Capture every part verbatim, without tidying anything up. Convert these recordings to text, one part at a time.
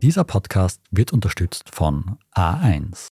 Dieser Podcast wird unterstützt von A eins.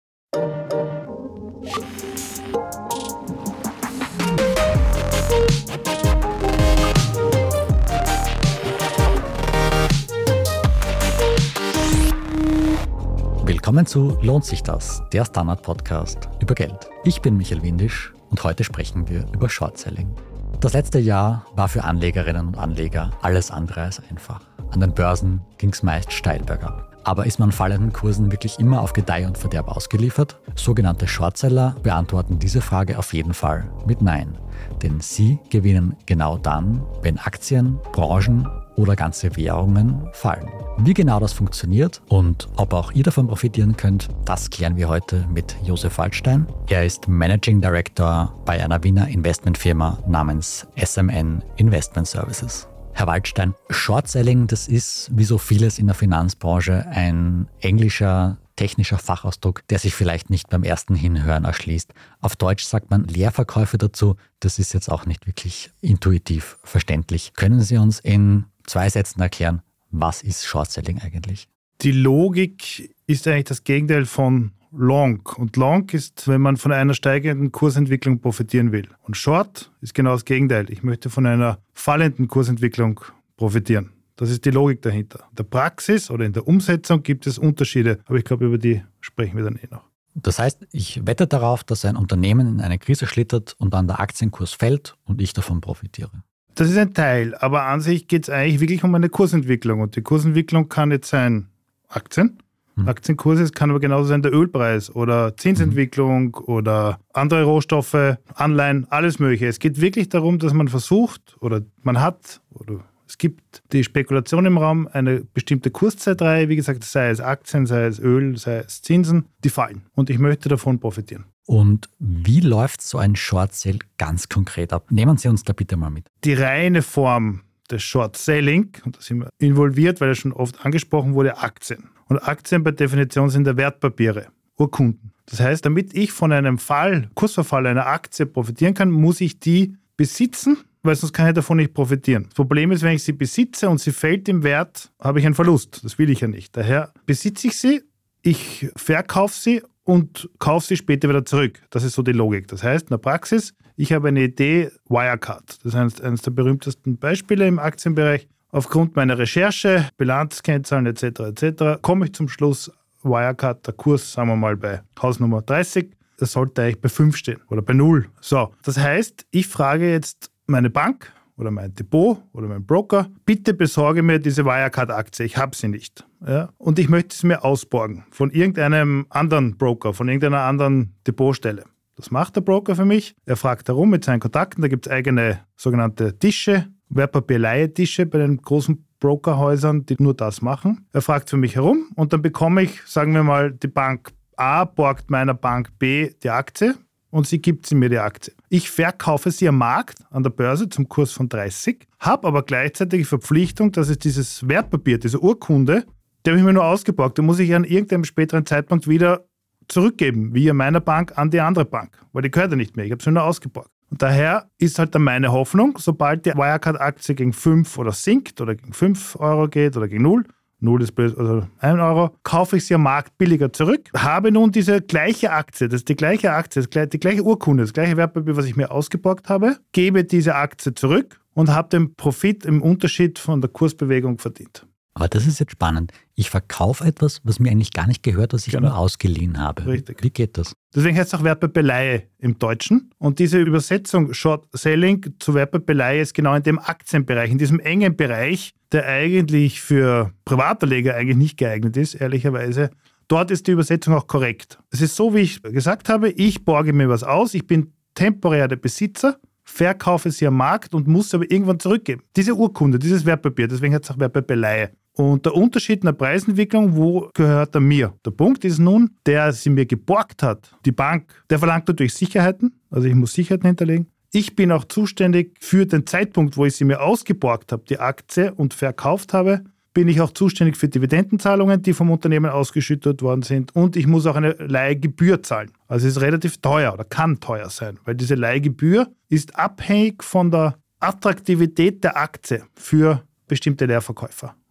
Willkommen zu Lohnt sich das? Der Standard-Podcast über Geld. Ich bin Michael Windisch und heute sprechen wir über Short-Selling. Das letzte Jahr war für Anlegerinnen und Anleger alles andere als einfach. An den Börsen ging es meist steil bergab. Aber ist man fallenden Kursen wirklich immer auf Gedeih und Verderb ausgeliefert? Sogenannte Shortseller beantworten diese Frage auf jeden Fall mit Nein. Denn sie gewinnen genau dann, wenn Aktien, Branchen oder ganze Währungen fallen. Wie genau das funktioniert und ob auch ihr davon profitieren könnt, das klären wir heute mit Josef Waldstein. Er ist Managing Director bei einer Wiener Investmentfirma namens S M N Investment Services. Herr Waldstein, Short-Selling, das ist wie so vieles in der Finanzbranche ein englischer, technischer Fachausdruck, der sich vielleicht nicht beim ersten Hinhören erschließt. Auf Deutsch sagt man Leerverkäufe dazu. Das ist jetzt auch nicht wirklich intuitiv verständlich. Können Sie uns in zwei Sätzen erklären, was ist Short-Selling eigentlich? Die Logik ist eigentlich das Gegenteil von Long. Und Long ist, wenn man von einer steigenden Kursentwicklung profitieren will. Und Short ist genau das Gegenteil. Ich möchte von einer fallenden Kursentwicklung profitieren. Das ist die Logik dahinter. In der Praxis oder in der Umsetzung gibt es Unterschiede, aber ich glaube, über die sprechen wir dann eh noch. Das heißt, ich wette darauf, dass ein Unternehmen in eine Krise schlittert und dann der Aktienkurs fällt und ich davon profitiere. Das ist ein Teil, aber an sich geht es eigentlich wirklich um eine Kursentwicklung. Und die Kursentwicklung kann jetzt sein Aktien, mhm. Aktienkurse, es kann aber genauso sein der Ölpreis oder Zinsentwicklung mhm. oder andere Rohstoffe, Anleihen, alles Mögliche. Es geht wirklich darum, dass man versucht oder man hat oder es gibt die Spekulation im Raum, eine bestimmte Kurszeitreihe, wie gesagt, sei es Aktien, sei es Öl, sei es Zinsen, die fallen. Und ich möchte davon profitieren. Und wie läuft so ein Short-Sale ganz konkret ab? Nehmen Sie uns da bitte mal mit. Die reine Form des Short-Selling, und da sind wir involviert, weil das schon oft angesprochen wurde, Aktien. Und Aktien per Definition sind ja Wertpapiere, Urkunden. Das heißt, damit ich von einem Fall, Kursverfall einer Aktie profitieren kann, muss ich die besitzen, weil sonst kann ich davon nicht profitieren. Das Problem ist, wenn ich sie besitze und sie fällt im Wert, habe ich einen Verlust. Das will ich ja nicht. Daher besitze ich sie, ich verkaufe sie und kaufe sie später wieder zurück. Das ist so die Logik. Das heißt, in der Praxis, ich habe eine Idee, Wirecard. Das ist eines der berühmtesten Beispiele im Aktienbereich. Aufgrund meiner Recherche, Bilanzkennzahlen et cetera et cetera komme ich zum Schluss, Wirecard, der Kurs, sagen wir mal bei Hausnummer dreißig, das sollte eigentlich bei fünf stehen oder bei null. So, das heißt, ich frage jetzt meine Bank oder mein Depot oder mein Broker, bitte besorge mir diese Wirecard-Aktie, ich habe sie nicht. Ja? Und ich möchte sie mir ausborgen von irgendeinem anderen Broker, von irgendeiner anderen Depotstelle. Das macht der Broker für mich. Er fragt herum mit seinen Kontakten, da gibt es eigene sogenannte Tische, Wertpapierleihe-Tische bei den großen Brokerhäusern, die nur das machen. Er fragt für mich herum und dann bekomme ich, sagen wir mal, die Bank A borgt meiner Bank B die Aktie und sie gibt sie mir die Aktie. Ich verkaufe sie am Markt, an der Börse zum Kurs von dreißig, habe aber gleichzeitig die Verpflichtung, dass es dieses Wertpapier, diese Urkunde, die habe ich mir nur ausgeborgt, da muss ich an irgendeinem späteren Zeitpunkt wieder zurückgeben, via meiner Bank an die andere Bank, weil die gehört ja nicht mehr, ich habe sie nur ausgeborgt. Und daher ist halt dann meine Hoffnung, sobald die Wirecard-Aktie gegen fünf oder sinkt oder gegen fünf Euro geht oder gegen null, null ist blöd, also ein Euro, kaufe ich sie am Markt billiger zurück, habe nun diese gleiche Aktie, das ist die gleiche Aktie, das, die gleiche Urkunde, das gleiche Wertpapier, was ich mir ausgeborgt habe, gebe diese Aktie zurück und habe den Profit im Unterschied von der Kursbewegung verdient. Aber das ist jetzt spannend. Ich verkaufe etwas, was mir eigentlich gar nicht gehört, was ich genau. nur ausgeliehen habe. Richtig. Wie geht das? Deswegen heißt es auch Wertpapierleihe im Deutschen. Und diese Übersetzung Short Selling zu Wertpapierleihe ist genau in dem Aktienbereich, in diesem engen Bereich, der eigentlich für Privatanleger eigentlich nicht geeignet ist, ehrlicherweise. Dort ist die Übersetzung auch korrekt. Es ist so, wie ich gesagt habe, ich borge mir was aus, ich bin temporär der Besitzer, verkaufe sie am Markt und muss sie aber irgendwann zurückgeben. Diese Urkunde, dieses Wertpapier, deswegen heißt es auch Wertpapierleihe. Und der Unterschied in der Preisentwicklung, wo gehört er mir? Der Punkt ist nun, der sie mir geborgt hat, die Bank, der verlangt natürlich Sicherheiten, also ich muss Sicherheiten hinterlegen. Ich bin auch zuständig für den Zeitpunkt, wo ich sie mir ausgeborgt habe, die Aktie und verkauft habe, bin ich auch zuständig für Dividendenzahlungen, die vom Unternehmen ausgeschüttet worden sind und ich muss auch eine Leihgebühr zahlen. Also es ist relativ teuer oder kann teuer sein, weil diese Leihgebühr ist abhängig von der Attraktivität der Aktie für bestimmte Leerverkäufer.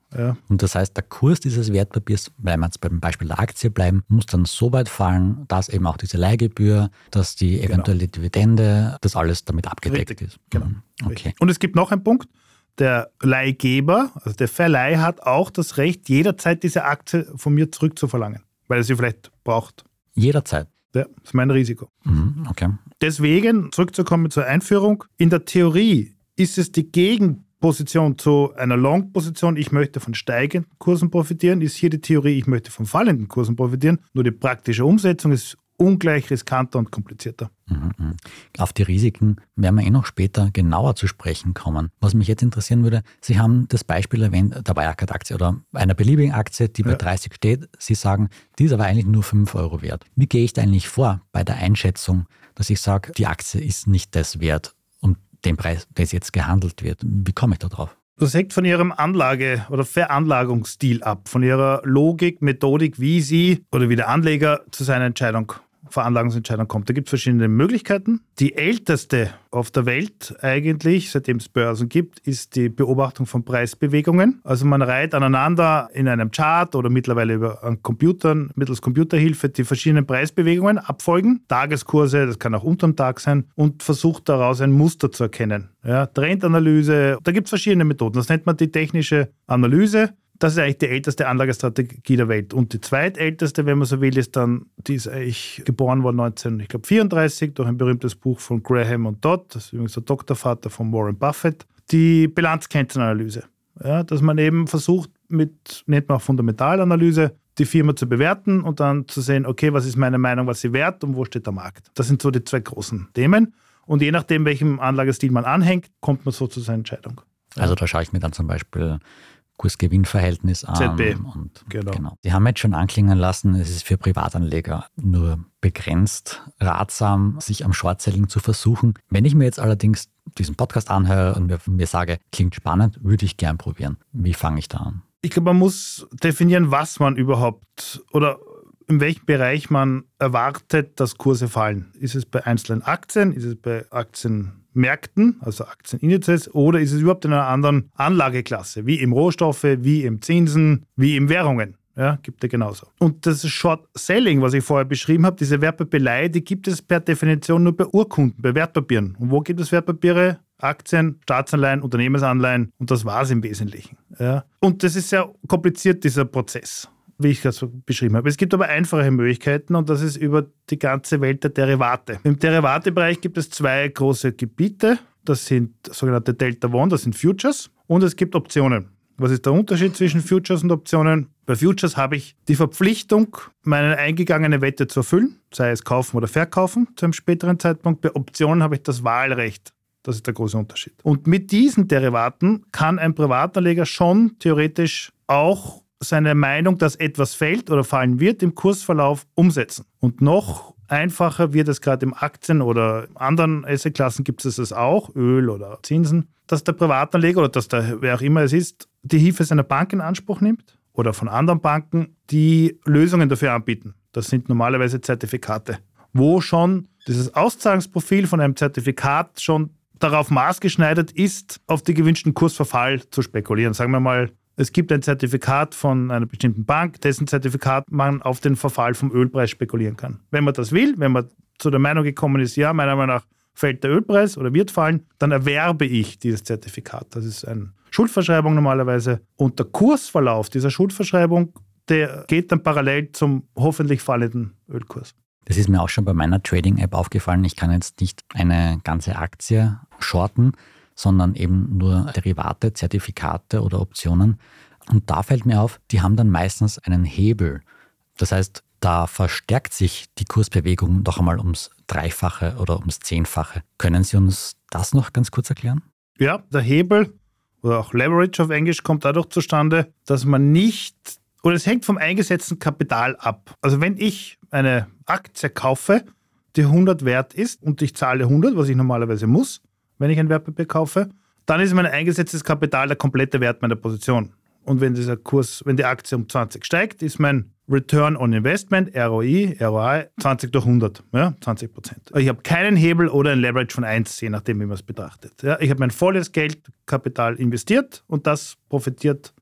Ja. Und das heißt, der Kurs dieses Wertpapiers, weil wir jetzt beim Beispiel der Aktie bleiben, muss dann so weit fallen, dass eben auch diese Leihgebühr, dass die eventuelle genau. Dividende, das alles damit abgedeckt Richtig. ist. Genau. Mhm. Okay. Und es gibt noch einen Punkt. Der Leihgeber, also der Verleih, hat auch das Recht, jederzeit diese Aktie von mir zurückzuverlangen, weil er sie vielleicht braucht. Jederzeit? Ja, das ist mein Risiko. Mhm. Okay. Deswegen, zurückzukommen zur Einführung, in der Theorie ist es die Gegenposition zu einer Long-Position, ich möchte von steigenden Kursen profitieren, ist hier die Theorie, ich möchte von fallenden Kursen profitieren. Nur die praktische Umsetzung ist ungleich riskanter und komplizierter. Mhm. Auf die Risiken werden wir eh noch später genauer zu sprechen kommen. Was mich jetzt interessieren würde, Sie haben das Beispiel erwähnt, der Wirecard-Aktie oder einer beliebigen Aktie, die bei ja. dreißig steht. Sie sagen, die ist aber eigentlich nur fünf Euro wert. Wie gehe ich da eigentlich vor bei der Einschätzung, dass ich sage, die Aktie ist nicht das wert, um den Preis, der jetzt gehandelt wird? Wie komme ich da drauf? Das hängt von Ihrem Anlage- oder Veranlagungsstil ab, von Ihrer Logik, Methodik, wie Sie oder wie der Anleger zu seiner Entscheidung Veranlagungsentscheidung kommt. Da gibt es verschiedene Möglichkeiten. Die älteste auf der Welt eigentlich, seitdem es Börsen gibt, ist die Beobachtung von Preisbewegungen. Also man reiht aneinander in einem Chart oder mittlerweile über einen Computern, mittels Computerhilfe die verschiedenen Preisbewegungen abfolgen. Tageskurse, das kann auch unterm Tag sein, und versucht daraus ein Muster zu erkennen. Ja, Trendanalyse, da gibt es verschiedene Methoden. Das nennt man die technische Analyse. Das ist eigentlich die älteste Anlagestrategie der Welt. Und die zweitälteste, wenn man so will, ist dann, die ist eigentlich geboren worden neunzehnhundertvierunddreißig durch ein berühmtes Buch von Graham und Dodd, das ist übrigens der Doktorvater von Warren Buffett, die Bilanzkennzahlenanalyse. Ja, dass man eben versucht, mit, nennt man auch Fundamentalanalyse, die Firma zu bewerten und dann zu sehen, okay, was ist meine Meinung, was sie wert und wo steht der Markt. Das sind so die zwei großen Themen. Und je nachdem, welchem Anlagestil man anhängt, kommt man so zu seiner Entscheidung. Ja. Also da schaue ich mir dann zum Beispiel Kurs-Gewinn-Verhältnis an. Z B. Und genau. genau. Sie haben jetzt schon anklingen lassen, es ist für Privatanleger nur begrenzt ratsam, sich am Short-Selling zu versuchen. Wenn ich mir jetzt allerdings diesen Podcast anhöre und mir, mir sage, klingt spannend, würde ich gern probieren. Wie fange ich da an? Ich glaube, man muss definieren, was man überhaupt oder in welchem Bereich man erwartet, dass Kurse fallen. Ist es bei einzelnen Aktien? Ist es bei Aktienmärkten, also Aktienindizes, oder ist es überhaupt in einer anderen Anlageklasse, wie im Rohstoffe, wie im Zinsen, wie im Währungen? Ja, gibt es genauso. Und das Short Selling, was ich vorher beschrieben habe, diese Wertpapierleihe, die gibt es per Definition nur bei Urkunden, bei Wertpapieren. Und wo gibt es Wertpapiere? Aktien, Staatsanleihen, Unternehmensanleihen, und das war es im Wesentlichen. Ja. Und das ist sehr kompliziert, dieser Prozess, wie ich das beschrieben habe. Es gibt aber einfache Möglichkeiten, und das ist über die ganze Welt der Derivate. Im Derivatebereich gibt es zwei große Gebiete. Das sind sogenannte Delta One, das sind Futures, und es gibt Optionen. Was ist der Unterschied zwischen Futures und Optionen? Bei Futures habe ich die Verpflichtung, meine eingegangene Wette zu erfüllen, sei es kaufen oder verkaufen zu einem späteren Zeitpunkt. Bei Optionen habe ich das Wahlrecht. Das ist der große Unterschied. Und mit diesen Derivaten kann ein Privatanleger schon theoretisch auch seine Meinung, dass etwas fällt oder fallen wird, im Kursverlauf umsetzen. Und noch einfacher wird es gerade im Aktien- oder anderen Assetklassen, gibt es das auch, Öl oder Zinsen, dass der Privatanleger oder dass der, wer auch immer es ist, die Hilfe seiner Bank in Anspruch nimmt oder von anderen Banken, die Lösungen dafür anbieten. Das sind normalerweise Zertifikate, wo schon dieses Auszahlungsprofil von einem Zertifikat schon darauf maßgeschneidert ist, auf den gewünschten Kursverfall zu spekulieren. Sagen wir mal, es gibt ein Zertifikat von einer bestimmten Bank, dessen Zertifikat man auf den Verfall vom Ölpreis spekulieren kann. Wenn man das will, wenn man zu der Meinung gekommen ist, ja, meiner Meinung nach fällt der Ölpreis oder wird fallen, dann erwerbe ich dieses Zertifikat. Das ist eine Schuldverschreibung normalerweise. Und der Kursverlauf dieser Schuldverschreibung, der geht dann parallel zum hoffentlich fallenden Ölkurs. Das ist mir auch schon bei meiner Trading-App aufgefallen. Ich kann jetzt nicht eine ganze Aktie shorten, sondern eben nur Derivate, Zertifikate oder Optionen. Und da fällt mir auf, die haben dann meistens einen Hebel. Das heißt, da verstärkt sich die Kursbewegung doch einmal ums Dreifache oder ums Zehnfache. Können Sie uns das noch ganz kurz erklären? Ja, der Hebel oder auch Leverage auf Englisch kommt dadurch zustande, dass man nicht, oder es hängt vom eingesetzten Kapital ab. Also wenn ich eine Aktie kaufe, die hundert wert ist und ich zahle hundert, was ich normalerweise muss, wenn ich ein Wertpapier kaufe, dann ist mein eingesetztes Kapital der komplette Wert meiner Position. Und wenn dieser Kurs, wenn die Aktie um zwanzig steigt, ist mein Return on Investment, R O I, R O I, zwanzig durch hundert, ja, zwanzig Prozent. Ich habe keinen Hebel oder ein Leverage von eins, je nachdem, wie man es betrachtet. Ja, ich habe mein volles Geldkapital investiert und das profitiert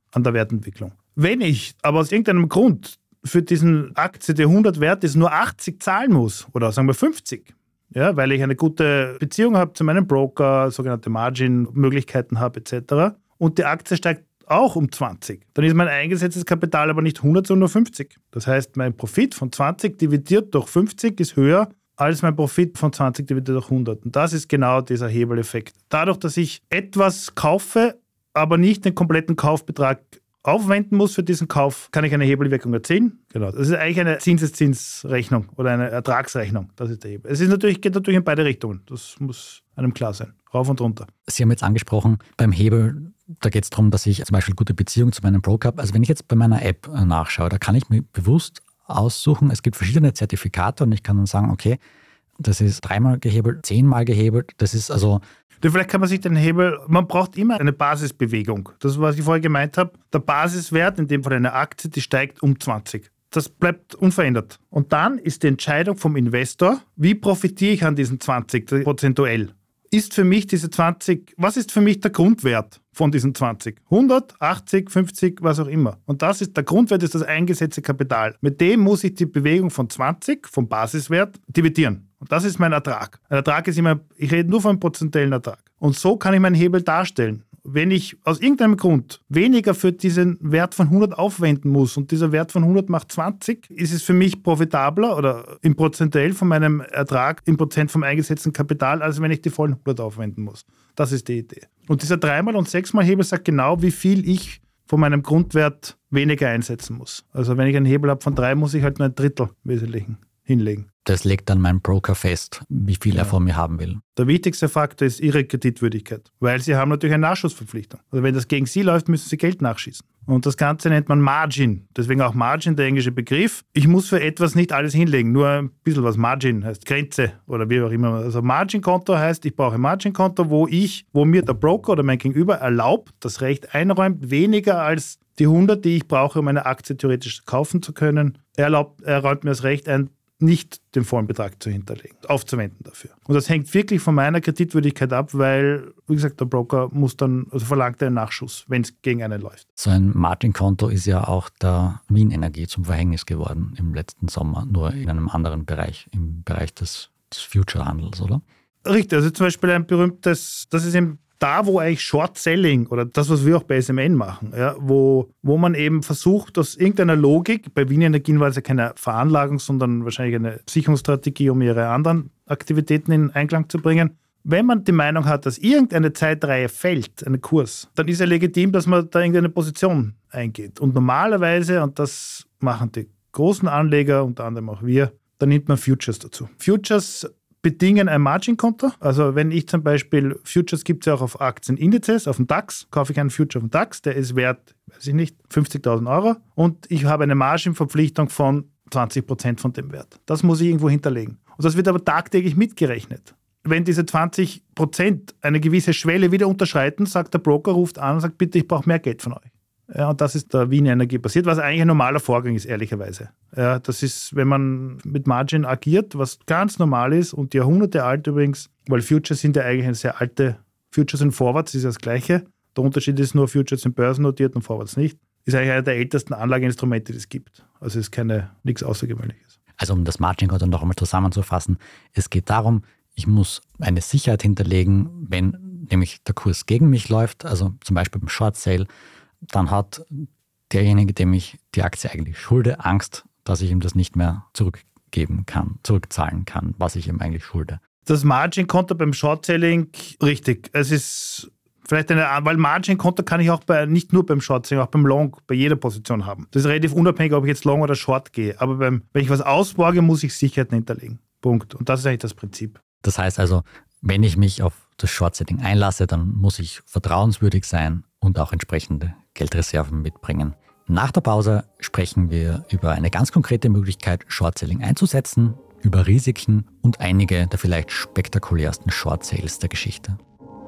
an der Wertentwicklung. Wenn ich aber aus irgendeinem Grund für diesen Aktie, die hundert wert ist, nur achtzig zahlen muss oder sagen wir fünfzig, ja, weil ich eine gute Beziehung habe zu meinem Broker, sogenannte Margin-Möglichkeiten habe et cetera und die Aktie steigt auch um zwanzig, dann ist mein eingesetztes Kapital aber nicht hundert, sondern nur fünfzig. Das heißt, mein Profit von zwanzig dividiert durch fünfzig ist höher als mein Profit von zwanzig dividiert durch hundert. Und das ist genau dieser Hebeleffekt. Dadurch, dass ich etwas kaufe, aber nicht den kompletten Kaufbetrag aufwenden muss für diesen Kauf, kann ich eine Hebelwirkung erzielen. Genau. Das ist eigentlich eine Zinseszinsrechnung oder eine Ertragsrechnung. Das ist der Hebel. Es ist natürlich, geht natürlich in beide Richtungen. Das muss einem klar sein. Rauf und runter. Sie haben jetzt angesprochen, beim Hebel, da geht es darum, dass ich zum Beispiel gute Beziehung zu meinem Broker habe. Also wenn ich jetzt bei meiner App nachschaue, da kann ich mir bewusst aussuchen, es gibt verschiedene Zertifikate und ich kann dann sagen, okay, das ist dreimal gehebelt, zehnmal gehebelt, das ist also... Vielleicht kann man sich den Hebel, man braucht immer eine Basisbewegung. Das ist, was ich vorher gemeint habe. Der Basiswert, in dem Fall eine Aktie, die steigt um zwanzig. Das bleibt unverändert. Und dann ist die Entscheidung vom Investor, wie profitiere ich an diesen zwanzig prozentuell? Ist für mich diese zwanzig, was ist für mich der Grundwert von diesen zwanzig? hundert, achtzig, fünfzig, was auch immer. Und das ist, der Grundwert ist das eingesetzte Kapital. Mit dem muss ich die Bewegung von zwanzig, vom Basiswert, dividieren. Und das ist mein Ertrag. Ein Ertrag ist immer, ich rede nur vom prozentuellen Ertrag. Und so kann ich meinen Hebel darstellen. Wenn ich aus irgendeinem Grund weniger für diesen Wert von hundert aufwenden muss und dieser Wert von hundert macht zwanzig, ist es für mich profitabler oder im prozentuell von meinem Ertrag im Prozent vom eingesetzten Kapital, als wenn ich die vollen hundert aufwenden muss. Das ist die Idee. Und dieser dreimal und sechsmal Hebel sagt genau, wie viel ich von meinem Grundwert weniger einsetzen muss. Also wenn ich einen Hebel habe von drei, muss ich halt nur ein Drittel im Wesentlichen hinlegen. Das legt dann mein Broker fest, wie viel er von mir haben will. Der wichtigste Faktor ist Ihre Kreditwürdigkeit, weil Sie haben natürlich eine Nachschussverpflichtung. Also wenn das gegen Sie läuft, müssen Sie Geld nachschießen. Und das Ganze nennt man Margin. Deswegen auch Margin, der englische Begriff. Ich muss für etwas nicht alles hinlegen, nur ein bisschen was. Margin heißt Grenze oder wie auch immer. Also Margin-Konto heißt, ich brauche ein Margin-Konto, wo ich, wo mir der Broker oder mein Gegenüber erlaubt, das Recht einräumt, weniger als die hundert, die ich brauche, um eine Aktie theoretisch kaufen zu können. Er, erlaubt, er räumt mir das Recht ein, nicht den vollen Betrag zu hinterlegen, aufzuwenden dafür. Und das hängt wirklich von meiner Kreditwürdigkeit ab, weil, wie gesagt, der Broker muss dann, also verlangt einen Nachschuss, wenn es gegen einen läuft. So ein Margin-Konto ist ja auch der Wien Energie zum Verhängnis geworden im letzten Sommer, nur in einem anderen Bereich, im Bereich des, des Future-Handels, oder? Richtig, also zum Beispiel ein berühmtes, das ist eben da, wo eigentlich Short-Selling oder das, was wir auch bei S M N machen, ja, wo, wo man eben versucht, aus irgendeiner Logik, bei Wien Energien war es ja keine Veranlagung, sondern wahrscheinlich eine Sicherungsstrategie, um ihre anderen Aktivitäten in Einklang zu bringen. Wenn man die Meinung hat, dass irgendeine Zeitreihe fällt, ein Kurs, dann ist ja legitim, dass man da irgendeine Position eingeht. Und normalerweise, und das machen die großen Anleger, unter anderem auch wir, dann nimmt man Futures dazu. Futures bedingen ein Margin-Konto. Also wenn ich zum Beispiel, Futures gibt es ja auch auf Aktienindizes, auf dem DAX, kaufe ich einen Future auf dem DAX, der ist wert, weiß ich nicht, fünfzigtausend Euro und ich habe eine Margin-Verpflichtung von zwanzig Prozent von dem Wert. Das muss ich irgendwo hinterlegen. Und das wird aber tagtäglich mitgerechnet. Wenn diese zwanzig Prozent eine gewisse Schwelle wieder unterschreiten, sagt der Broker, ruft an und sagt, bitte, ich brauche mehr Geld von euch. Ja, und das ist der Wien Energie passiert, was eigentlich ein normaler Vorgang ist, ehrlicherweise. Ja, das ist, wenn man mit Margin agiert, was ganz normal ist und Jahrhunderte alt übrigens, weil Futures sind ja eigentlich eine sehr alte, Futures und Forwards ist ja das Gleiche. Der Unterschied ist nur, Futures sind börsennotiert und Forwards nicht. Ist eigentlich einer der ältesten Anlageinstrumente, die es gibt. Also ist keine, nichts Außergewöhnliches. Also um das Margin-Konto noch einmal zusammenzufassen, es geht darum, ich muss eine Sicherheit hinterlegen, wenn nämlich der Kurs gegen mich läuft, also zum Beispiel beim Short Sale, dann hat derjenige, dem ich die Aktie eigentlich schulde, Angst, dass ich ihm das nicht mehr zurückgeben kann, zurückzahlen kann, was ich ihm eigentlich schulde. Das Margin-Konto beim Short-Selling, richtig. Es ist vielleicht eine, weil Margin-Konto kann ich auch bei, nicht nur beim Short-Selling, auch beim Long, bei jeder Position haben. Das ist relativ unabhängig, ob ich jetzt Long oder Short gehe. Aber beim, wenn ich was ausborge, muss ich Sicherheiten hinterlegen. Punkt. Und das ist eigentlich das Prinzip. Das heißt also, wenn ich mich auf das Short-Selling einlasse, dann muss ich vertrauenswürdig sein und auch entsprechende Geldreserven mitbringen. Nach der Pause sprechen wir über eine ganz konkrete Möglichkeit, Short-Selling einzusetzen, über Risiken und einige der vielleicht spektakulärsten Short-Sales der Geschichte.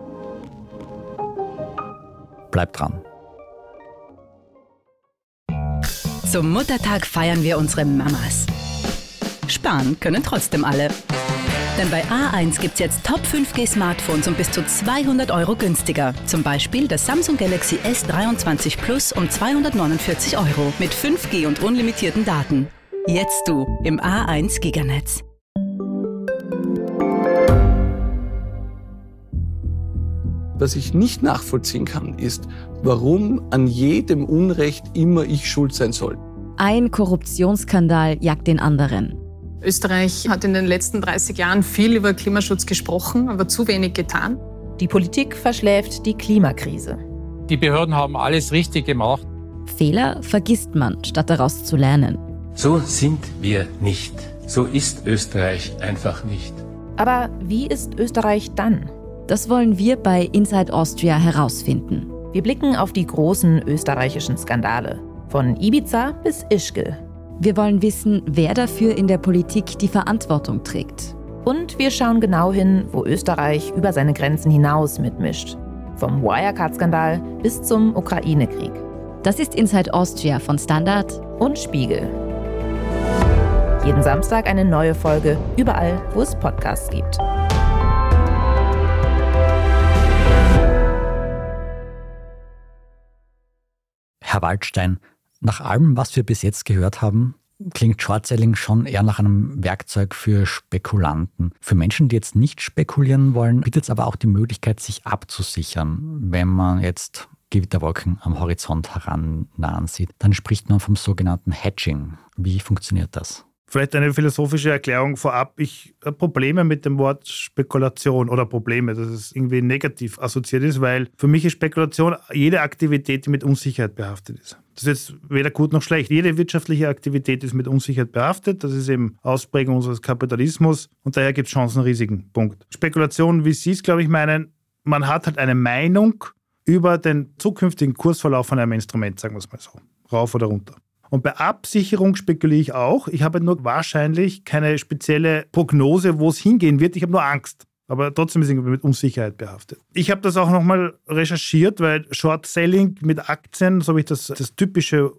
Bleibt dran. Zum Muttertag feiern wir unsere Mamas. Sparen können trotzdem alle. Denn bei A eins gibt's jetzt Top fünf G Smartphones um bis zu zweihundert Euro günstiger. Zum Beispiel das Samsung Galaxy S dreiundzwanzig Plus um zweihundertneunundvierzig Euro mit fünf G und unlimitierten Daten. Jetzt du im A eins Giganetz. Was ich nicht nachvollziehen kann, ist, warum an jedem Unrecht immer ich schuld sein soll. Ein Korruptionsskandal jagt den anderen. Österreich hat in den letzten dreißig Jahren viel über Klimaschutz gesprochen, aber zu wenig getan. Die Politik verschläft die Klimakrise. Die Behörden haben alles richtig gemacht. Fehler vergisst man, statt daraus zu lernen. So sind wir nicht. So ist Österreich einfach nicht. Aber wie ist Österreich dann? Das wollen wir bei Inside Austria herausfinden. Wir blicken auf die großen österreichischen Skandale. Von Ibiza bis Ischgl. Wir wollen wissen, wer dafür in der Politik die Verantwortung trägt. Und wir schauen genau hin, wo Österreich über seine Grenzen hinaus mitmischt. Vom Wirecard-Skandal bis zum Ukraine-Krieg. Das ist Inside Austria von Standard und Spiegel. Jeden Samstag eine neue Folge, überall, wo es Podcasts gibt. Herr Waldstein, nach allem, was wir bis jetzt gehört haben, klingt Short-Selling schon eher nach einem Werkzeug für Spekulanten. Für Menschen, die jetzt nicht spekulieren wollen, bietet es aber auch die Möglichkeit, sich abzusichern. Wenn man jetzt Gewitterwolken am Horizont herannahen sieht, dann spricht man vom sogenannten Hedging. Wie funktioniert das? Vielleicht eine philosophische Erklärung vorab. Ich habe Probleme mit dem Wort Spekulation oder Probleme, dass es irgendwie negativ assoziiert ist, weil für mich ist Spekulation jede Aktivität, die mit Unsicherheit behaftet ist. Das ist jetzt weder gut noch schlecht. Jede wirtschaftliche Aktivität ist mit Unsicherheit behaftet. Das ist eben Ausprägung unseres Kapitalismus und daher gibt es Chancen und Risiken. Punkt. Spekulation, wie Sie es, glaube ich, meinen, man hat halt eine Meinung über den zukünftigen Kursverlauf von einem Instrument, sagen wir es mal so, rauf oder runter. Und bei Absicherung spekuliere ich auch. Ich habe nur wahrscheinlich keine spezielle Prognose, wo es hingehen wird. Ich habe nur Angst. Aber trotzdem ist es mit Unsicherheit behaftet. Ich habe das auch nochmal recherchiert, weil Short-Selling mit Aktien, so habe ich das, das typische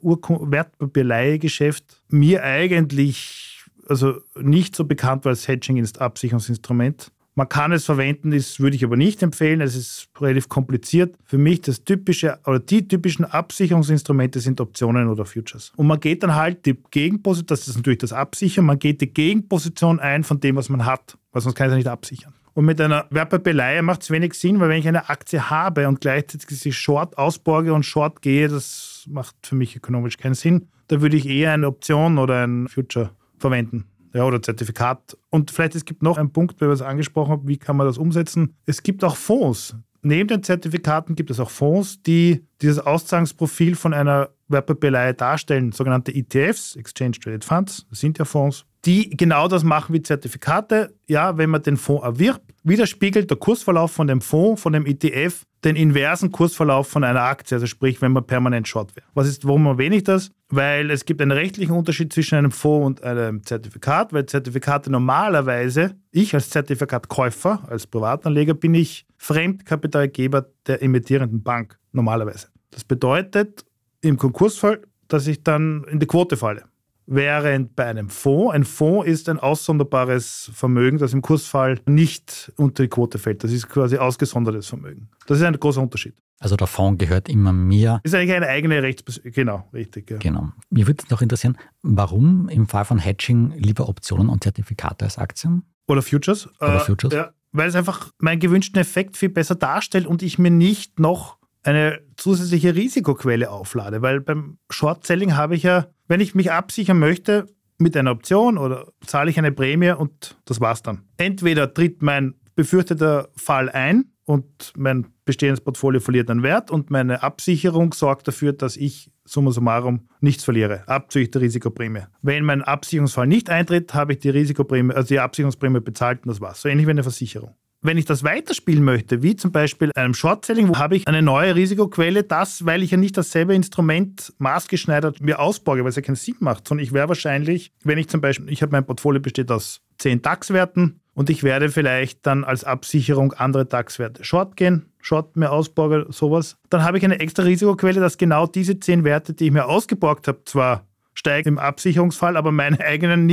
Wertpapierleihegeschäft, mir eigentlich also nicht so bekannt war als Hedging-Absicherungsinstrument. Man kann es verwenden, das würde ich aber nicht empfehlen. Es ist relativ kompliziert. Für mich das typische oder die typischen Absicherungsinstrumente sind Optionen oder Futures. Und man geht dann halt die Gegenposition, das ist natürlich das Absichern, man geht die Gegenposition ein von dem, was man hat, weil sonst kann ich es nicht absichern. Und mit einer Wertpapierleihe macht es wenig Sinn, weil wenn ich eine Aktie habe und gleichzeitig sie Short ausborge und Short gehe, das macht für mich ökonomisch keinen Sinn. Da würde ich eher eine Option oder ein Future verwenden. Ja, oder Zertifikat. Und vielleicht es gibt noch einen Punkt, weil wir es angesprochen haben, wie kann man das umsetzen? Es gibt auch Fonds. Neben den Zertifikaten gibt es auch Fonds, die dieses Auszahlungsprofil von einer Wertpapierleihe darstellen, sogenannte E T Fs, Exchange Traded Funds, das sind ja Fonds, die genau das machen wie Zertifikate. Ja, wenn man den Fonds erwirbt, widerspiegelt der Kursverlauf von dem Fonds, von dem E T F, den inversen Kursverlauf von einer Aktie, also sprich, wenn man permanent short wäre. Was ist, warum erwähne ich das? Weil es gibt einen rechtlichen Unterschied zwischen einem Fonds und einem Zertifikat, weil Zertifikate normalerweise, ich als Zertifikatkäufer, als Privatanleger, bin ich Fremdkapitalgeber der emittierenden Bank, normalerweise. Das bedeutet im Konkursfall, dass ich dann in die Quote falle. Während bei einem Fonds, ein Fonds ist ein aussonderbares Vermögen, das im Kursfall nicht unter die Quote fällt. Das ist quasi ausgesondertes Vermögen. Das ist ein großer Unterschied. Also der Fonds gehört immer mir. Ist eigentlich eine eigene Rechtsperson. Genau, richtig. Ja. Genau. Mir würde es noch interessieren, warum im Fall von Hedging lieber Optionen und Zertifikate als Aktien? Oder Futures. Oder Futures. Äh, ja, weil es einfach meinen gewünschten Effekt viel besser darstellt und ich mir nicht noch eine zusätzliche Risikoquelle auflade. Weil beim Short-Selling habe ich ja, wenn ich mich absichern möchte mit einer Option oder zahle ich eine Prämie und das war's dann. Entweder tritt mein befürchteter Fall ein und mein bestehendes Portfolio verliert an Wert und meine Absicherung sorgt dafür, dass ich summa summarum nichts verliere, abzüglich der Risikoprämie. Wenn mein Absicherungsfall nicht eintritt, habe ich die Risikoprämie, also die Absicherungsprämie bezahlt und das war's. So ähnlich wie eine Versicherung. Wenn ich das weiterspielen möchte, wie zum Beispiel einem Short-Selling, wo habe ich eine neue Risikoquelle, das, weil ich ja nicht dasselbe Instrument maßgeschneidert mir ausborge, weil es ja keinen Sinn macht, sondern ich wäre wahrscheinlich, wenn ich zum Beispiel, ich habe mein Portfolio besteht aus zehn DAX-Werten und ich werde vielleicht dann als Absicherung andere DAX-Werte Short gehen, Short mir ausborge, sowas, dann habe ich eine extra Risikoquelle, dass genau diese zehn Werte, die ich mir ausgeborgt habe, zwar steigen im Absicherungsfall, aber meine eigenen nicht.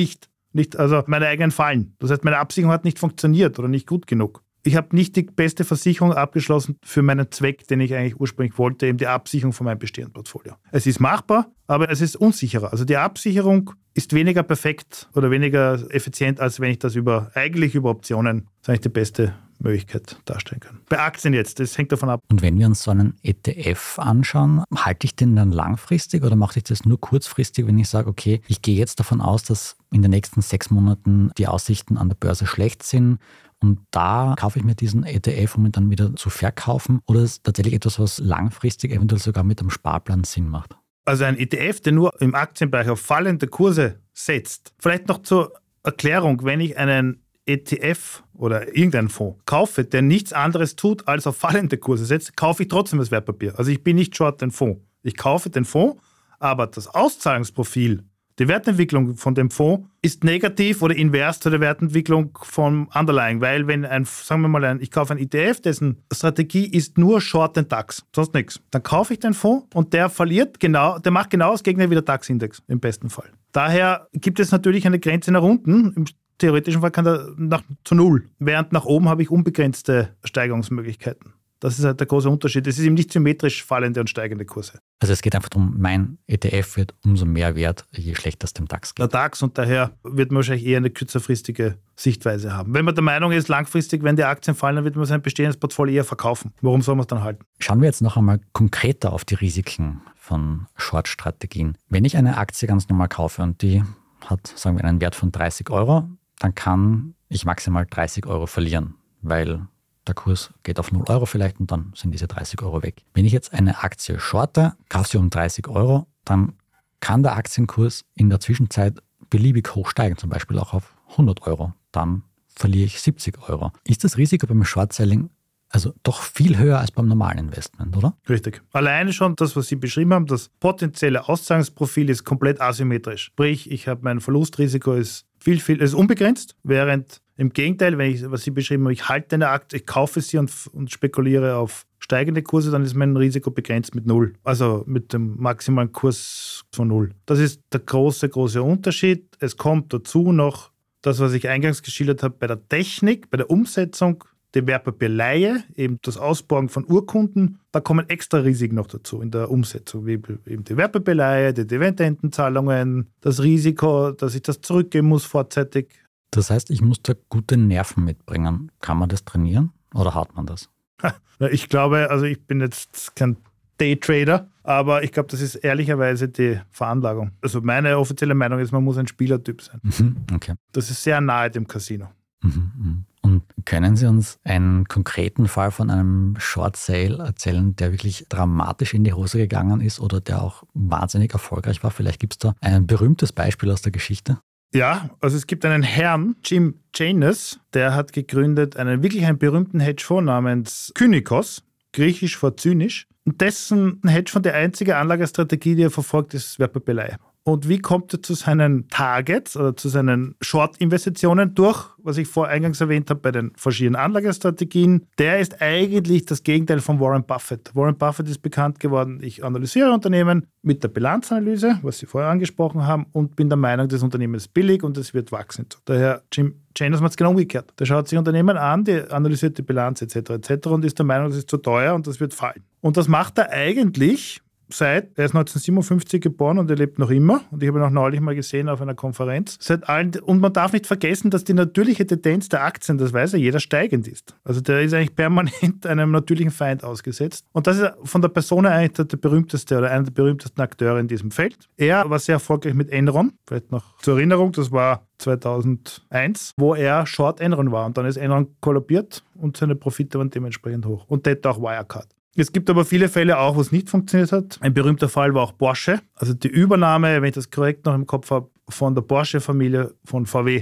Nicht, also meine eigenen Fallen. Das heißt, meine Absicherung hat nicht funktioniert oder nicht gut genug. Ich habe nicht die beste Versicherung abgeschlossen für meinen Zweck, den ich eigentlich ursprünglich wollte, eben die Absicherung von meinem bestehenden Portfolio. Es ist machbar, aber es ist unsicherer. Also die Absicherung ist weniger perfekt oder weniger effizient, als wenn ich das über eigentlich über Optionen, das ist eigentlich die beste Möglichkeit darstellen kann. Bei Aktien jetzt, das hängt davon ab. Und wenn wir uns so einen E T F anschauen, halte ich den dann langfristig oder mache ich das nur kurzfristig, wenn ich sage, okay, ich gehe jetzt davon aus, dass in den nächsten sechs Monaten die Aussichten an der Börse schlecht sind und da kaufe ich mir diesen E T F, um ihn dann wieder zu verkaufen, oder ist es tatsächlich etwas, was langfristig eventuell sogar mit einem Sparplan Sinn macht? Also ein E T F, der nur im Aktienbereich auf fallende Kurse setzt. Vielleicht noch zur Erklärung, wenn ich einen E T F oder irgendeinen Fonds kaufe, der nichts anderes tut, als auf fallende Kurse setzt, kaufe ich trotzdem das Wertpapier. Also ich bin nicht short den Fonds. Ich kaufe den Fonds, aber das Auszahlungsprofil, die Wertentwicklung von dem Fonds ist negativ oder invers zu der Wertentwicklung vom Underlying, weil wenn ein, sagen wir mal, ein, ich kaufe einen E T F, dessen Strategie ist nur Short den DAX, sonst nichts. Dann kaufe ich den Fonds und der verliert genau, der macht genau das Gegenteil wie der DAX-Index im besten Fall. Daher gibt es natürlich eine Grenze nach unten. Im theoretischen Fall kann der nach, zu null, während nach oben habe ich unbegrenzte Steigerungsmöglichkeiten. Das ist halt der große Unterschied. Es ist eben nicht symmetrisch fallende und steigende Kurse. Also es geht einfach darum, mein E T F wird umso mehr wert, je schlechter es dem DAX geht. Der DAX, und daher wird man wahrscheinlich eher eine kürzerfristige Sichtweise haben. Wenn man der Meinung ist, langfristig, wenn die Aktien fallen, dann wird man sein bestehendes Portfolio eher verkaufen. Warum soll man es dann halten? Schauen wir jetzt noch einmal konkreter auf die Risiken von Short-Strategien. Wenn ich eine Aktie ganz normal kaufe und die hat, sagen wir, einen Wert von dreißig Euro, dann kann ich maximal dreißig Euro verlieren, weil der Kurs geht auf null Euro vielleicht und dann sind diese dreißig Euro weg. Wenn ich jetzt eine Aktie shorte, kaufe sie um dreißig Euro, dann kann der Aktienkurs in der Zwischenzeit beliebig hoch steigen, zum Beispiel auch auf hundert Euro. Dann verliere ich siebzig Euro. Ist das Risiko beim Short-Selling also doch viel höher als beim normalen Investment, oder? Richtig. Alleine schon das, was Sie beschrieben haben, das potenzielle Auszahlungsprofil ist komplett asymmetrisch. Sprich, ich habe mein Verlustrisiko ist viel, viel, ist unbegrenzt, während im Gegenteil, wenn ich, was Sie beschrieben haben, ich halte eine Aktie, ich kaufe sie und, und spekuliere auf steigende Kurse, dann ist mein Risiko begrenzt mit null. Also mit dem maximalen Kurs von null. Das ist der große, große Unterschied. Es kommt dazu noch das, was ich eingangs geschildert habe, bei der Technik, bei der Umsetzung, die Wertpapierleihe, eben das Ausborgen von Urkunden, da kommen extra Risiken noch dazu in der Umsetzung, wie eben die Wertpapierleihe, die Dividendenzahlungen, das Risiko, dass ich das zurückgeben muss vorzeitig. Das heißt, ich muss da gute Nerven mitbringen. Kann man das trainieren oder hat man das? Ich glaube, also ich bin jetzt kein Daytrader, aber ich glaube, das ist ehrlicherweise die Veranlagung. Also meine offizielle Meinung ist, man muss ein Spielertyp sein. Mhm, okay. Das ist sehr nahe dem Casino. Mhm, und können Sie uns einen konkreten Fall von einem Short Sale erzählen, der wirklich dramatisch in die Hose gegangen ist oder der auch wahnsinnig erfolgreich war? Vielleicht gibt es da ein berühmtes Beispiel aus der Geschichte. Ja, also es gibt einen Herrn, Jim Janus, der hat gegründet einen wirklich einen berühmten Hedgefonds namens Kynikos, griechisch vor zynisch. Und dessen Hedgefonds, die einzige Anlagestrategie, die er verfolgt, ist Wertpapierleihe. Und wie kommt er zu seinen Targets oder zu seinen Short-Investitionen durch, was ich vor eingangs erwähnt habe, bei den verschiedenen Anlagestrategien? Der ist eigentlich das Gegenteil von Warren Buffett. Warren Buffett ist bekannt geworden, ich analysiere Unternehmen mit der Bilanzanalyse, was Sie vorher angesprochen haben, und bin der Meinung, das Unternehmen ist billig und es wird wachsen. Daher Jim Janus macht es genau umgekehrt. Der schaut sich Unternehmen an, die analysiert die Bilanz et cetera et cetera und ist der Meinung, das ist zu teuer und das wird fallen. Und das macht er eigentlich seit, er ist neunzehnhundertsiebenundfünfzig geboren und er lebt noch immer. Und ich habe ihn auch neulich mal gesehen auf einer Konferenz. Seit allen, und man darf nicht vergessen, dass die natürliche Tendenz der Aktien, das weiß ja jeder, steigend ist. Also der ist eigentlich permanent einem natürlichen Feind ausgesetzt. Und das ist von der Person eigentlich der, der berühmteste oder einer der berühmtesten Akteure in diesem Feld. Er war sehr erfolgreich mit Enron. Vielleicht noch zur Erinnerung, das war zweitausendeins, wo er Short Enron war. Und dann ist Enron kollabiert und seine Profite waren dementsprechend hoch. Und das auch Wirecard. Es gibt aber viele Fälle auch, wo es nicht funktioniert hat. Ein berühmter Fall war auch Porsche. Also die Übernahme, wenn ich das korrekt noch im Kopf habe, von der Porsche-Familie von V W.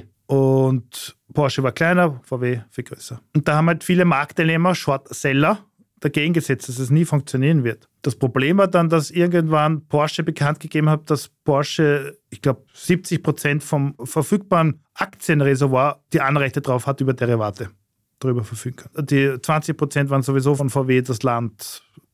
Und Porsche war kleiner, V W viel größer. Und da haben halt viele Marktteilnehmer, Short-Seller, dagegen gesetzt, dass es nie funktionieren wird. Das Problem war dann, dass irgendwann Porsche bekannt gegeben hat, dass Porsche, ich glaube, siebzig Prozent vom verfügbaren Aktienreservoir die Anrechte drauf hat über Derivate. Darüber verfügen kann. Die zwanzig Prozent waren sowieso von V W das Land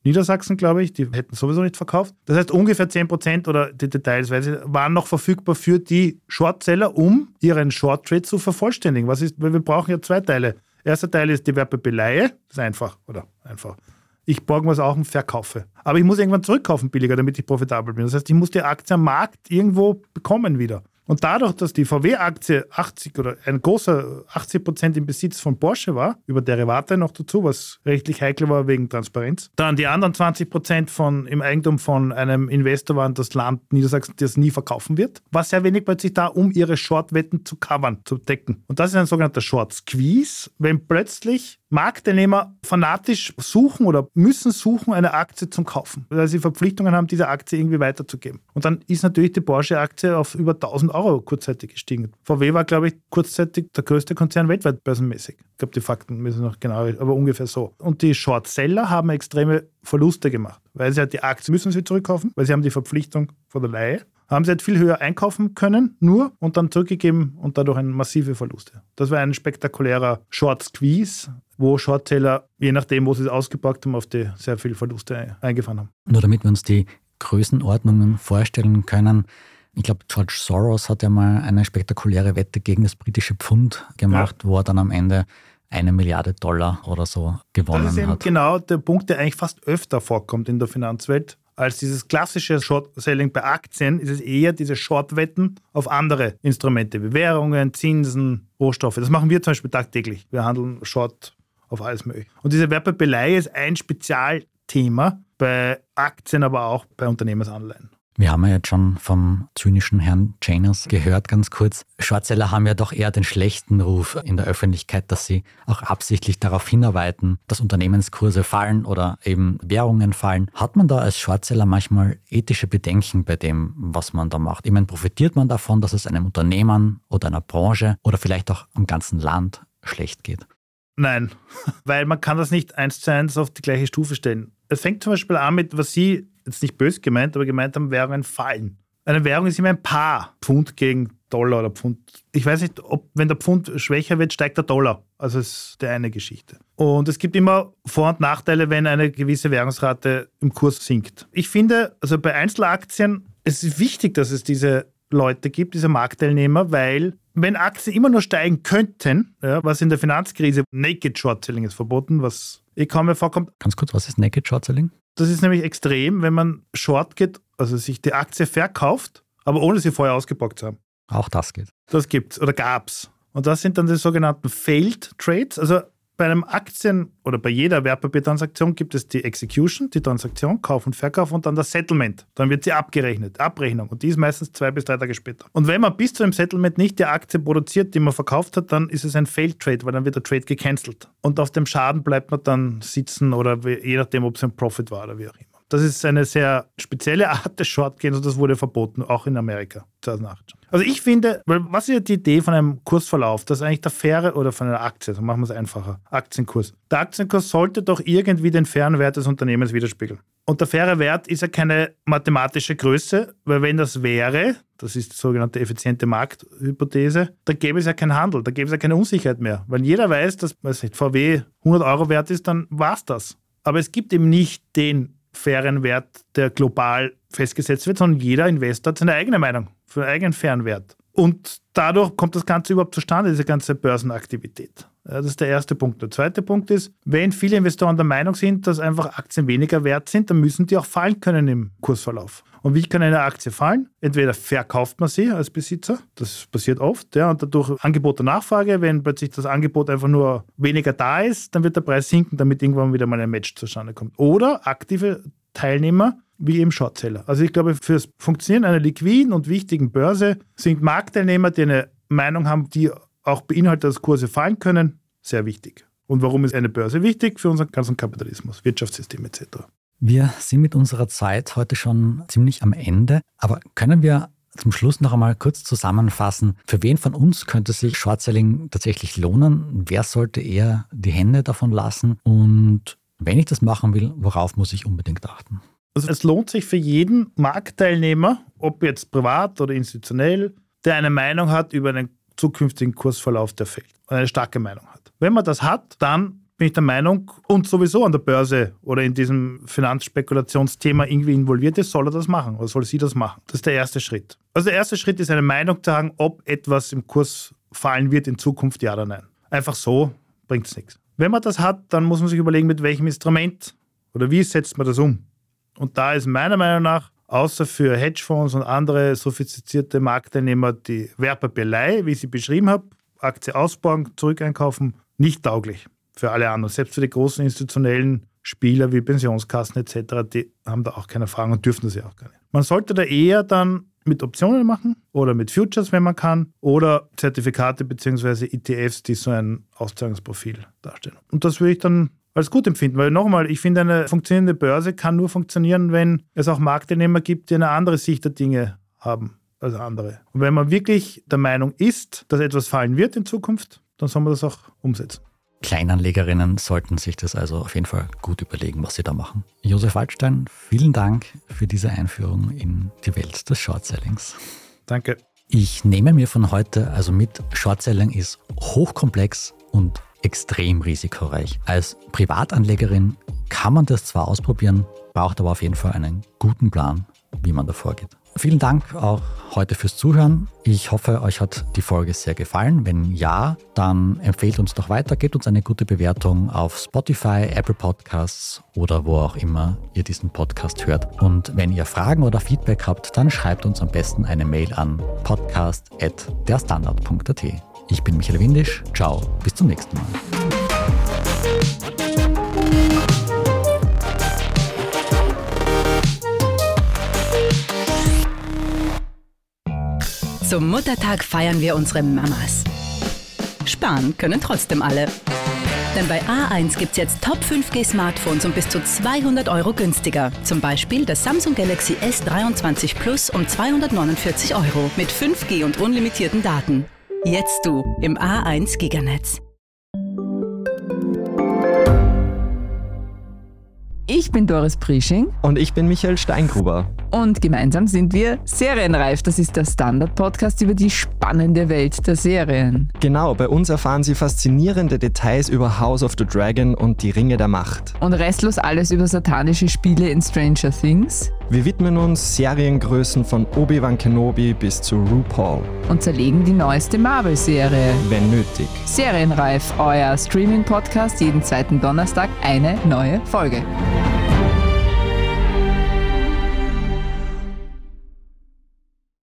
Niedersachsen, glaube ich, die hätten sowieso nicht verkauft. Das heißt, ungefähr zehn Prozent oder die Details weiß ich, waren noch verfügbar für die Shortseller, um ihren Short-Trade zu vervollständigen. Was ist, weil wir brauchen ja zwei Teile. Erster Teil ist die Wertpapierleihe, das ist einfach, oder einfach. Ich borge mir es auch und verkaufe. Aber ich muss irgendwann zurückkaufen billiger, damit ich profitabel bin. Das heißt, ich muss die Aktie am Markt irgendwo bekommen wieder. Und dadurch, dass die V W-Aktie achtzig oder ein großer achtzig Prozent im Besitz von Porsche war, über Derivate noch dazu, was rechtlich heikel war wegen Transparenz, dann die anderen zwanzig Prozent von, im Eigentum von einem Investor waren, das Land Niedersachsen, das nie verkaufen wird, war sehr wenig plötzlich da, um ihre Short-Wetten zu covern, zu decken. Und das ist ein sogenannter Short-Squeeze, wenn plötzlich Marktteilnehmer fanatisch suchen oder müssen suchen eine Aktie zum Kaufen, weil sie Verpflichtungen haben, diese Aktie irgendwie weiterzugeben. Und dann ist natürlich die Porsche-Aktie auf über tausend Euro kurzzeitig gestiegen. V W war, glaube ich, kurzzeitig der größte Konzern weltweit börsenmäßig. Ich glaube, die Fakten müssen noch genau, aber ungefähr so. Und die Shortseller haben extreme Verluste gemacht, weil sie halt die Aktie müssen sie zurückkaufen, weil sie haben die Verpflichtung von der Leihe. Haben sie halt viel höher einkaufen können, nur und dann zurückgegeben und dadurch eine massive Verluste. Das war ein spektakulärer Short Squeeze, wo Shortseller, je nachdem, wo sie es ausgepackt haben, auf die sehr viel Verluste eingefahren haben. Nur damit wir uns die Größenordnungen vorstellen können. Ich glaube, George Soros hat ja mal eine spektakuläre Wette gegen das britische Pfund gemacht, ja, wo er dann am Ende eine Milliarde Dollar oder so gewonnen hat. Das ist eben hat. genau der Punkt, der eigentlich fast öfter vorkommt in der Finanzwelt. Als dieses klassische Short-Selling bei Aktien ist es eher diese Short-Wetten auf andere Instrumente wie Währungen, Zinsen, Rohstoffe. Das machen wir zum Beispiel tagtäglich. Wir handeln Short auf alles Mögliche. Und diese Wertpapierleihe ist ein Spezialthema bei Aktien, aber auch bei Unternehmensanleihen. Wir haben ja jetzt schon vom zynischen Herrn Janus gehört, ganz kurz. Shortseller haben ja doch eher den schlechten Ruf in der Öffentlichkeit, dass sie auch absichtlich darauf hinarbeiten, dass Unternehmenskurse fallen oder eben Währungen fallen. Hat man da als Shortseller manchmal ethische Bedenken bei dem, was man da macht? Ich meine, profitiert man davon, dass es einem Unternehmen oder einer Branche oder vielleicht auch am ganzen Land schlecht geht? Nein, weil man kann das nicht eins zu eins auf die gleiche Stufe stellen. Es fängt zum Beispiel an mit, was Sie jetzt nicht böse gemeint, aber gemeint haben, Währungen fallen. Eine Währung ist immer ein Paar. Pfund gegen Dollar oder Pfund. Ich weiß nicht, ob, wenn der Pfund schwächer wird, steigt der Dollar. Also das ist die eine Geschichte. Und es gibt immer Vor- und Nachteile, wenn eine gewisse Währungsrate im Kurs sinkt. Ich finde, also bei Einzelaktien, es ist wichtig, dass es diese Leute gibt, diese Marktteilnehmer, weil wenn Aktien immer nur steigen könnten, ja, was in der Finanzkrise, Naked Short Selling ist verboten, was eh kaum mehr vorkommt. Ganz kurz, was ist Naked Short Selling? Das ist nämlich extrem, wenn man Short geht, also sich die Aktie verkauft, aber ohne sie vorher ausgepackt zu haben. Auch das geht. Das gibt's oder gab's. Und das sind dann die sogenannten Failed Trades. Also bei einem Aktien- oder bei jeder Wertpapiertransaktion gibt es die Execution, die Transaktion, Kauf und Verkauf und dann das Settlement. Dann wird sie abgerechnet, Abrechnung. Und die ist meistens zwei bis drei Tage später. Und wenn man bis zu dem Settlement nicht die Aktie produziert, die man verkauft hat, dann ist es ein Failed Trade, weil dann wird der Trade gecancelt. Und auf dem Schaden bleibt man dann sitzen oder je nachdem, ob es ein Profit war oder wie auch immer. Das ist eine sehr spezielle Art des Shortgehens und das wurde verboten, auch in Amerika zweitausendacht. Also ich finde, weil was ist die Idee von einem Kursverlauf? Das ist eigentlich der faire, oder von einer Aktie, so machen wir es einfacher, Aktienkurs. Der Aktienkurs sollte doch irgendwie den fairen Wert des Unternehmens widerspiegeln. Und der faire Wert ist ja keine mathematische Größe, weil wenn das wäre, das ist die sogenannte effiziente Markthypothese, da gäbe es ja keinen Handel, da gäbe es ja keine Unsicherheit mehr. Weil jeder weiß, dass weiß nicht, V W hundert Euro wert ist, dann war es das. Aber es gibt eben nicht den fairen Wert, der global festgesetzt wird, sondern jeder Investor hat seine eigene Meinung für einen eigenen fairen Wert. Und dadurch kommt das Ganze überhaupt zustande, diese ganze Börsenaktivität. Ja, das ist der erste Punkt. Der zweite Punkt ist, wenn viele Investoren der Meinung sind, dass einfach Aktien weniger wert sind, dann müssen die auch fallen können im Kursverlauf. Und wie kann eine Aktie fallen? Entweder verkauft man sie als Besitzer, das passiert oft, ja, und dadurch Angebot und Nachfrage, wenn plötzlich das Angebot einfach nur weniger da ist, dann wird der Preis sinken, damit irgendwann wieder mal ein Match zustande kommt. Oder aktive Teilnehmer, wie eben Shortseller. Also ich glaube, fürs Funktionieren einer liquiden und wichtigen Börse sind Marktteilnehmer, die eine Meinung haben, die auch beinhaltet, dass Kurse fallen können, sehr wichtig. Und warum ist eine Börse wichtig? Für unseren ganzen Kapitalismus, Wirtschaftssystem et cetera. Wir sind mit unserer Zeit heute schon ziemlich am Ende, aber können wir zum Schluss noch einmal kurz zusammenfassen, für wen von uns könnte sich Shortselling tatsächlich lohnen? Wer sollte eher die Hände davon lassen? Und wenn ich das machen will, worauf muss ich unbedingt achten? Also es lohnt sich für jeden Marktteilnehmer, ob jetzt privat oder institutionell, der eine Meinung hat über einen zukünftigen Kursverlauf, der fällt und eine starke Meinung hat. Wenn man das hat, dann bin ich der Meinung, und sowieso an der Börse oder in diesem Finanzspekulationsthema irgendwie involviert ist, soll er das machen oder soll sie das machen. Das ist der erste Schritt. Also der erste Schritt ist eine Meinung zu sagen, ob etwas im Kurs fallen wird in Zukunft, ja oder nein. Einfach so bringt es nichts. Wenn man das hat, dann muss man sich überlegen, mit welchem Instrument oder wie setzt man das um. Und da ist meiner Meinung nach, außer für Hedgefonds und andere sophistizierte Marktteilnehmer, die Wertpapierleihe, wie ich sie beschrieben habe, Aktie ausborgen, zurück einkaufen, nicht tauglich für alle anderen. Selbst für die großen institutionellen Spieler wie Pensionskassen et cetera, die haben da auch keine Erfahrung und dürfen das ja auch gar nicht. Man sollte da eher dann mit Optionen machen oder mit Futures, wenn man kann, oder Zertifikate bzw. E T Fs, die so ein Auszahlungsprofil darstellen. Und das würde ich dann als gut empfinden, weil nochmal, ich finde, eine funktionierende Börse kann nur funktionieren, wenn es auch Marktteilnehmer gibt, die eine andere Sicht der Dinge haben als andere. Und wenn man wirklich der Meinung ist, dass etwas fallen wird in Zukunft, dann soll man das auch umsetzen. Kleinanlegerinnen sollten sich das also auf jeden Fall gut überlegen, was sie da machen. Josef Waldstein, vielen Dank für diese Einführung in die Welt des Short-Sellings. Danke. Ich nehme mir von heute also mit, Short-Selling ist hochkomplex und extrem risikoreich. Als Privatanlegerin kann man das zwar ausprobieren, braucht aber auf jeden Fall einen guten Plan, wie man da vorgeht. Vielen Dank auch heute fürs Zuhören. Ich hoffe, euch hat die Folge sehr gefallen. Wenn ja, dann empfehlt uns doch weiter, gebt uns eine gute Bewertung auf Spotify, Apple Podcasts oder wo auch immer ihr diesen Podcast hört. Und wenn ihr Fragen oder Feedback habt, dann schreibt uns am besten eine Mail an podcast at derstandard punkt at. Ich bin Michael Windisch. Ciao, bis zum nächsten Mal. Zum Muttertag feiern wir unsere Mamas. Sparen können trotzdem alle. Denn bei A eins gibt's jetzt Top fünf G Smartphones um bis zu zweihundert Euro günstiger. Zum Beispiel das Samsung Galaxy S dreiundzwanzig Plus um zweihundertneunundvierzig Euro mit fünf G und unlimitierten Daten. Jetzt du im A eins Giganetz. Ich bin Doris Prisching. Und ich bin Michael Steingruber. Und gemeinsam sind wir Serienreif. Das ist der Standard-Podcast über die spannende Welt der Serien. Genau, bei uns erfahren Sie faszinierende Details über House of the Dragon und die Ringe der Macht. Und restlos alles über satanische Spiele in Stranger Things. Wir widmen uns Seriengrößen von Obi-Wan Kenobi bis zu RuPaul. Und zerlegen die neueste Marvel-Serie. Wenn nötig. Serienreif, euer Streaming-Podcast, jeden zweiten Donnerstag eine neue Folge.